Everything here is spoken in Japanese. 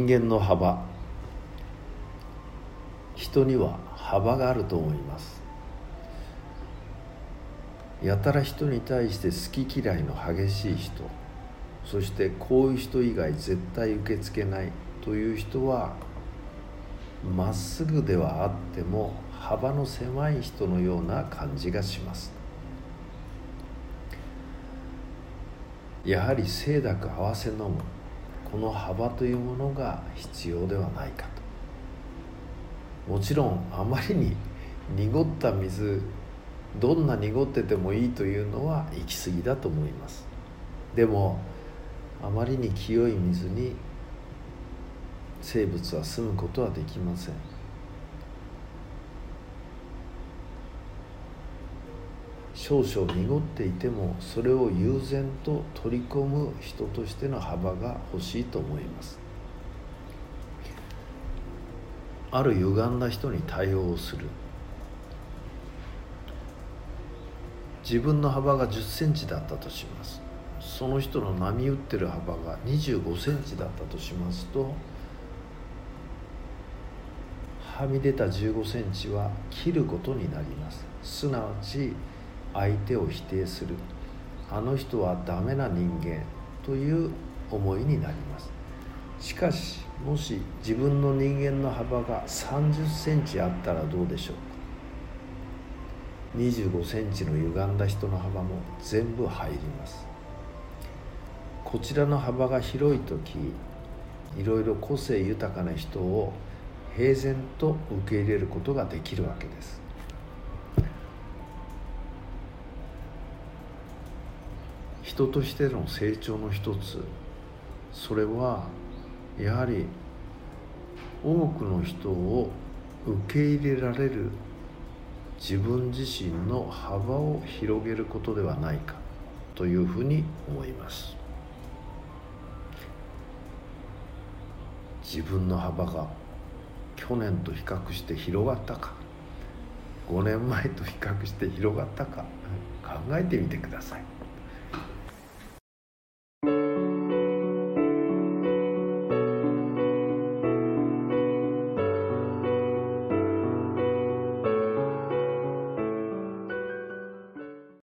間の幅、人には幅があると思います。やたら人に対して好き嫌いの激しい人、そしてこういう人以外絶対受け付けないという人は、まっすぐではあっても幅の狭い人のような感じがします。やはり清濁合わせ飲むこの幅というものが必要ではないかと。もちろんあまりに濁った水、どんな濁っててもいいというのは行き過ぎだと思います。でもあまりに清い水に生物は住むことはできません。少々濁っていてもそれを悠然と取り込む人としての幅が欲しいと思います。ある歪んだ人に対応をする。自分の幅が10センチだったとします。その人の波打ってる幅が25センチだったとしますと、はみ出た15センチは切ることになります。すなわち相手を否定する、あの人はダメな人間という思いになります。しかしもし自分の人間の幅が30センチあったらどうでしょうか。25センチの歪んだ人の幅も全部入ります。こちらの幅が広いとき、いろいろ個性豊かな人を平然と受け入れることができるわけです。人としての成長の一つ、それはやはり多くの人を受け入れられる自分自身の幅を広げることではないかというふうに思います。自分の幅が去年と比較して広がったか、5年前と比較して広がったか、考えてみてください。